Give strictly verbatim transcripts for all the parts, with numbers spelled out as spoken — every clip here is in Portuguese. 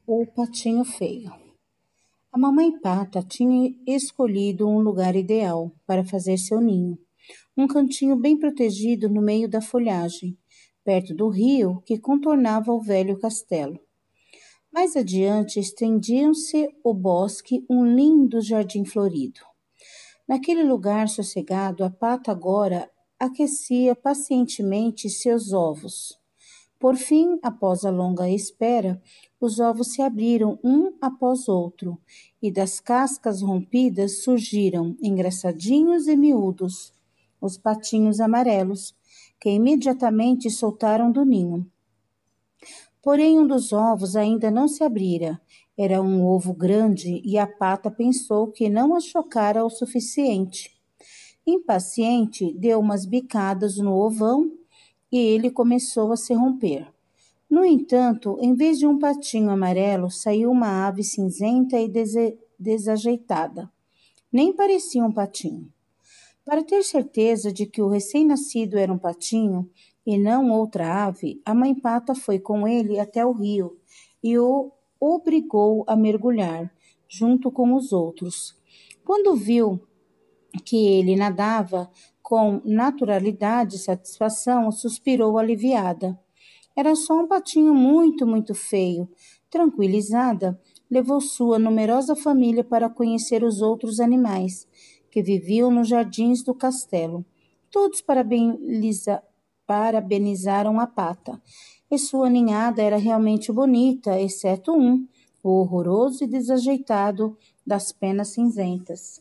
O patinho feio. A mamãe pata tinha escolhido um lugar ideal para fazer seu ninho, um cantinho bem protegido no meio da folhagem, perto do rio que contornava o velho castelo. Mais adiante estendiam-se o bosque, um lindo jardim florido. Naquele lugar sossegado, a pata agora aquecia pacientemente seus ovos. Por fim, após a longa espera, os ovos se abriram um após outro, e das cascas rompidas surgiram, engraçadinhos e miúdos, os patinhos amarelos, que imediatamente soltaram do ninho. Porém, um dos ovos ainda não se abrira. Era um ovo grande e a pata pensou que não a chocara o suficiente. Impaciente, deu umas bicadas no ovão e ele começou a se romper. No entanto, em vez de um patinho amarelo, saiu uma ave cinzenta e dese- desajeitada. Nem parecia um patinho. Para ter certeza de que o recém-nascido era um patinho e não outra ave, a mãe pata foi com ele até o rio e o obrigou a mergulhar, junto com os outros. Quando viu que ele nadava com naturalidade e satisfação, suspirou aliviada. Era só um patinho muito, muito feio. Tranquilizada, levou sua numerosa família para conhecer os outros animais que viviam nos jardins do castelo. Todos parabeniza- parabenizaram a pata, e sua ninhada era realmente bonita, exceto um, o horroroso e desajeitado das penas cinzentas.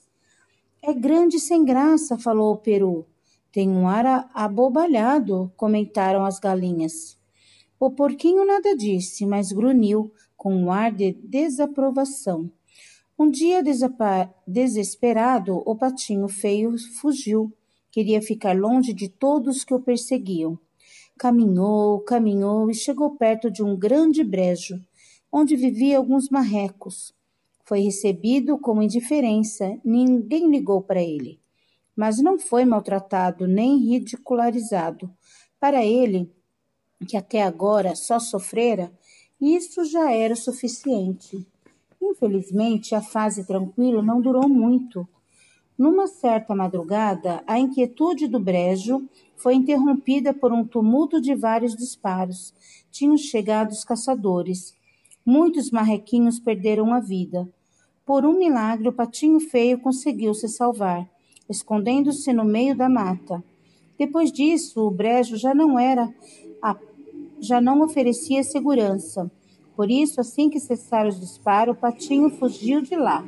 É grande e sem graça, falou o peru. Tem um ar a- abobalhado, comentaram as galinhas. O porquinho nada disse, mas grunhiu com um ar de desaprovação. Um dia desapa- desesperado, o patinho feio fugiu. Queria ficar longe de todos que o perseguiam. Caminhou, caminhou e chegou perto de um grande brejo, onde viviam alguns marrecos. Foi recebido com indiferença, ninguém ligou para ele. Mas não foi maltratado nem ridicularizado. Para ele, que até agora só sofrera, isso já era o suficiente. Infelizmente, a fase tranquila não durou muito. Numa certa madrugada, a inquietude do brejo foi interrompida por um tumulto de vários disparos. Tinham chegado os caçadores. Muitos marrequinhos perderam a vida. Por um milagre, o patinho feio conseguiu se salvar, escondendo-se no meio da mata. Depois disso, o brejo já não era a já não oferecia segurança. Por isso, assim que cessaram os disparos, o patinho fugiu de lá.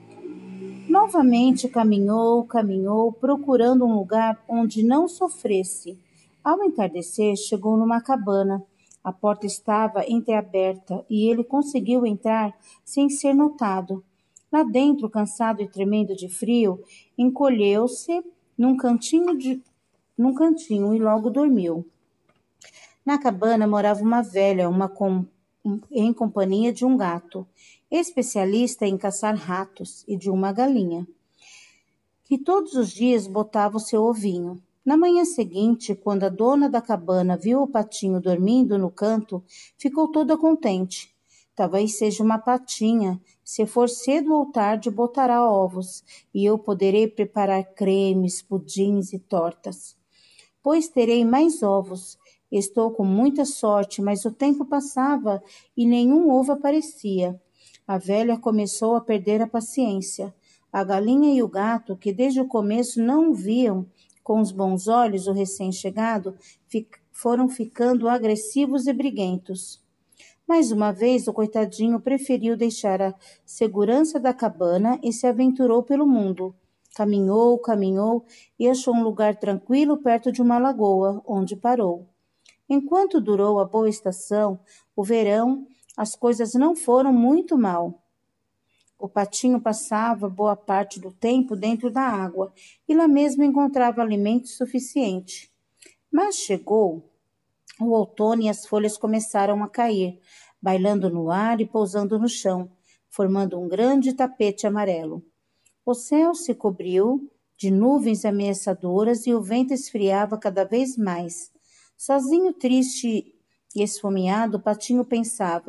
Novamente caminhou, caminhou, procurando um lugar onde não sofresse. Ao entardecer, chegou numa cabana. A porta estava entreaberta e ele conseguiu entrar sem ser notado. Lá dentro, cansado e tremendo de frio, encolheu-se num cantinho, de, num cantinho e logo dormiu. Na cabana morava uma velha, uma com, em companhia de um gato, especialista em caçar ratos, e de uma galinha, que todos os dias botava o seu ovinho. Na manhã seguinte, quando a dona da cabana viu o patinho dormindo no canto, ficou toda contente. Talvez seja uma patinha. Se for cedo ou tarde, botará ovos, e eu poderei preparar cremes, pudins e tortas. Pois terei mais ovos. Estou com muita sorte, mas o tempo passava e nenhum ovo aparecia. A velha começou a perder a paciência. A galinha e o gato, que desde o começo não viam com os bons olhos o recém-chegado, foram ficando agressivos e briguentos. Mais uma vez, o coitadinho preferiu deixar a segurança da cabana e se aventurou pelo mundo. Caminhou, caminhou e achou um lugar tranquilo perto de uma lagoa, onde parou. Enquanto durou a boa estação, o verão, as coisas não foram muito mal. O patinho passava boa parte do tempo dentro da água e lá mesmo encontrava alimento suficiente. Mas chegou o outono e as folhas começaram a cair, bailando no ar e pousando no chão, formando um grande tapete amarelo. O céu se cobriu de nuvens ameaçadoras e o vento esfriava cada vez mais. Sozinho, triste e esfomeado, o patinho pensava: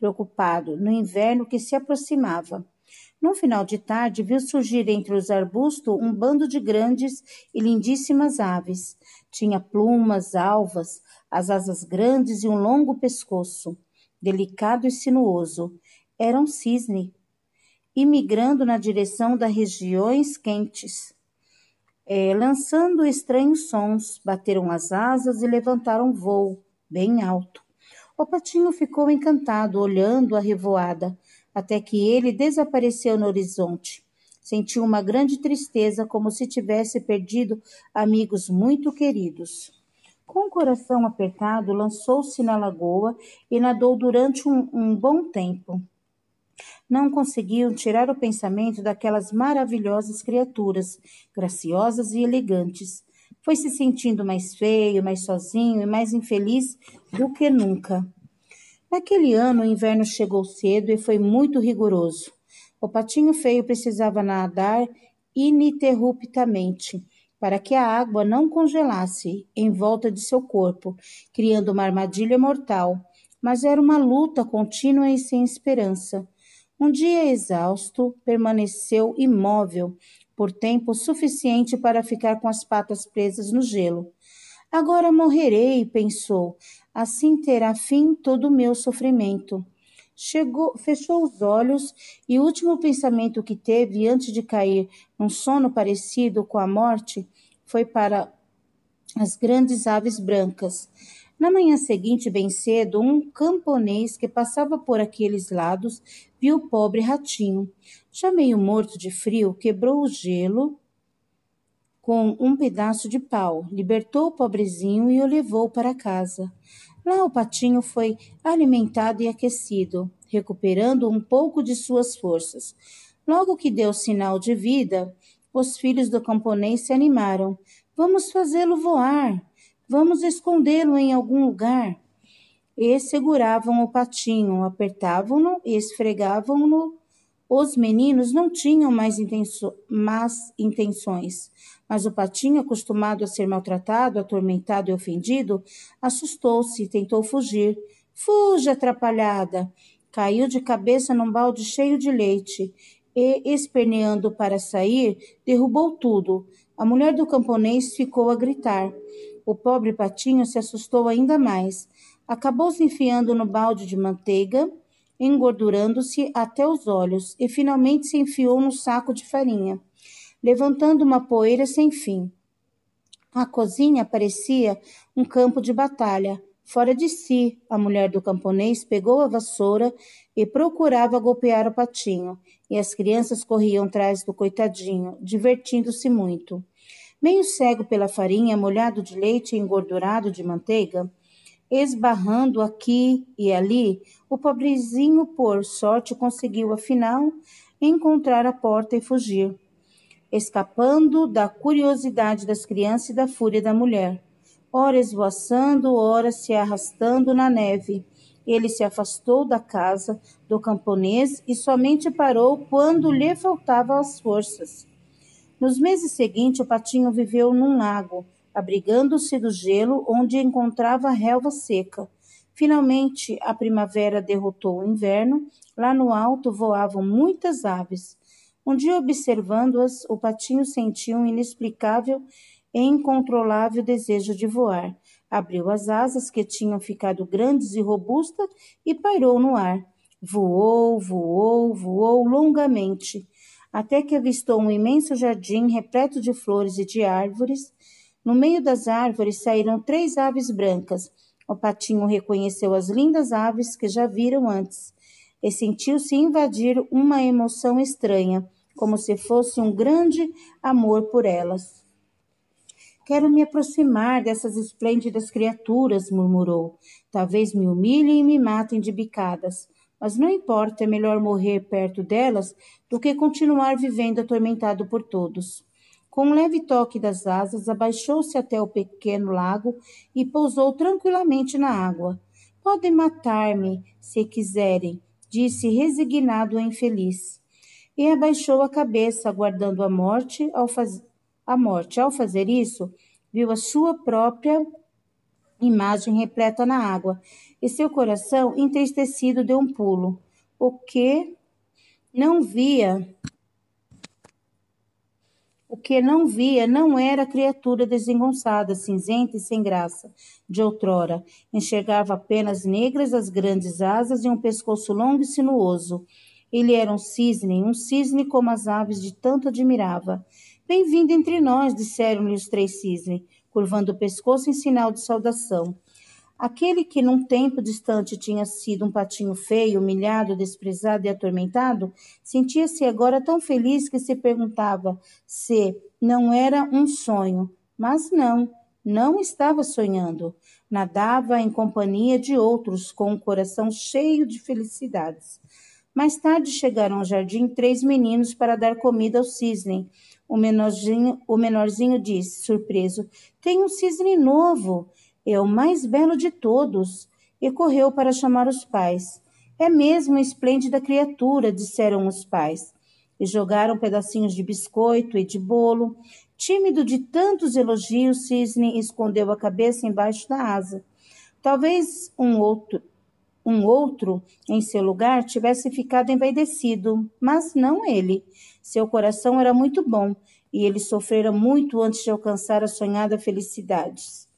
preocupado no inverno que se aproximava. No final de tarde, viu surgir entre os arbustos um bando de grandes e lindíssimas aves. Tinha plumas alvas, as asas grandes e um longo pescoço, delicado e sinuoso. Era um cisne, imigrando na direção das regiões quentes. É, lançando estranhos sons, bateram as asas e levantaram voo, bem alto. O patinho ficou encantado, olhando a revoada, até que ele desapareceu no horizonte. Sentiu uma grande tristeza, como se tivesse perdido amigos muito queridos. Com o coração apertado, lançou-se na lagoa e nadou durante um, um bom tempo. Não conseguiam tirar o pensamento daquelas maravilhosas criaturas, graciosas e elegantes. Foi se sentindo mais feio, mais sozinho e mais infeliz do que nunca. Naquele ano, o inverno chegou cedo e foi muito rigoroso. O patinho feio precisava nadar ininterruptamente para que a água não congelasse em volta de seu corpo, criando uma armadilha mortal. Mas era uma luta contínua e sem esperança. Um dia exausto, permaneceu imóvel por tempo suficiente para ficar com as patas presas no gelo. Agora morrerei, pensou. Assim terá fim todo o meu sofrimento. Chegou, fechou os olhos e o último pensamento que teve antes de cair num sono parecido com a morte foi para as grandes aves brancas. Na manhã seguinte, bem cedo, um camponês que passava por aqueles lados viu o pobre ratinho. Já meio morto de frio, quebrou o gelo com um pedaço de pau, libertou o pobrezinho e o levou para casa. Lá o patinho foi alimentado e aquecido, recuperando um pouco de suas forças. Logo que deu sinal de vida, os filhos do camponês se animaram. Vamos fazê-lo voar. Vamos escondê-lo em algum lugar. E seguravam o patinho, apertavam-no e esfregavam-no. Os meninos não tinham mais intenso- más intenções, mas o patinho, acostumado a ser maltratado, atormentado e ofendido, assustou-se e tentou fugir. Fuja, atrapalhada! Caiu de cabeça num balde cheio de leite e, esperneando para sair, derrubou tudo. A mulher do camponês ficou a gritar. O pobre patinho se assustou ainda mais. Acabou se enfiando no balde de manteiga, engordurando-se até os olhos, e finalmente se enfiou no saco de farinha, levantando uma poeira sem fim. A cozinha parecia um campo de batalha. Fora de si, a mulher do camponês pegou a vassoura e procurava golpear o patinho, e as crianças corriam atrás do coitadinho, divertindo-se muito. Meio cego pela farinha, molhado de leite e engordurado de manteiga, esbarrando aqui e ali, o pobrezinho, por sorte, conseguiu, afinal, encontrar a porta e fugir, escapando da curiosidade das crianças e da fúria da mulher. Ora esvoaçando, ora se arrastando na neve. Ele se afastou da casa do camponês e somente parou quando lhe faltavam as forças. Nos meses seguintes, o patinho viveu num lago, abrigando-se do gelo onde encontrava a relva seca. Finalmente, a primavera derrotou o inverno. Lá no alto voavam muitas aves. Um dia, observando-as, o patinho sentiu um inexplicável e incontrolável desejo de voar. Abriu as asas, que tinham ficado grandes e robustas, e pairou no ar. Voou, voou, voou longamente, até que avistou um imenso jardim repleto de flores e de árvores. No meio das árvores saíram três aves brancas. O patinho reconheceu as lindas aves que já viram antes e sentiu-se invadir uma emoção estranha, como se fosse um grande amor por elas. Quero me aproximar dessas esplêndidas criaturas, murmurou. Talvez me humilhem e me matem de bicadas. Mas não importa, é melhor morrer perto delas do que continuar vivendo atormentado por todos. Com um leve toque das asas, abaixou-se até o pequeno lago e pousou tranquilamente na água. Podem matar-me, se quiserem, disse resignado e infeliz. E abaixou a cabeça, aguardando a morte. Ao, faz... a morte. Ao fazer isso, viu a sua própria imagem repleta na água, e seu coração, entristecido, deu um pulo. O que não via, o que não via não era a criatura desengonçada, cinzenta e sem graça de outrora. Enxergava apenas negras as grandes asas e um pescoço longo e sinuoso. Ele era um cisne, um cisne como as aves de tanto admirava. Bem-vindo entre nós, disseram-lhe os três cisnes, curvando o pescoço em sinal de saudação. Aquele que num tempo distante tinha sido um patinho feio, humilhado, desprezado e atormentado, sentia-se agora tão feliz que se perguntava se não era um sonho. Mas não, não estava sonhando. Nadava em companhia de outros, com um coração cheio de felicidades. Mais tarde chegaram ao jardim três meninos para dar comida ao cisne. O menorzinho, o menorzinho disse, surpreso, tem um cisne novo. É o mais belo de todos, e correu para chamar os pais. É mesmo uma esplêndida criatura, disseram os pais, e jogaram pedacinhos de biscoito e de bolo. Tímido de tantos elogios, Cisne escondeu a cabeça embaixo da asa. Talvez um outro, um outro, em seu lugar, tivesse ficado envaidecido, mas não ele. Seu coração era muito bom, e ele sofrera muito antes de alcançar a sonhada felicidade.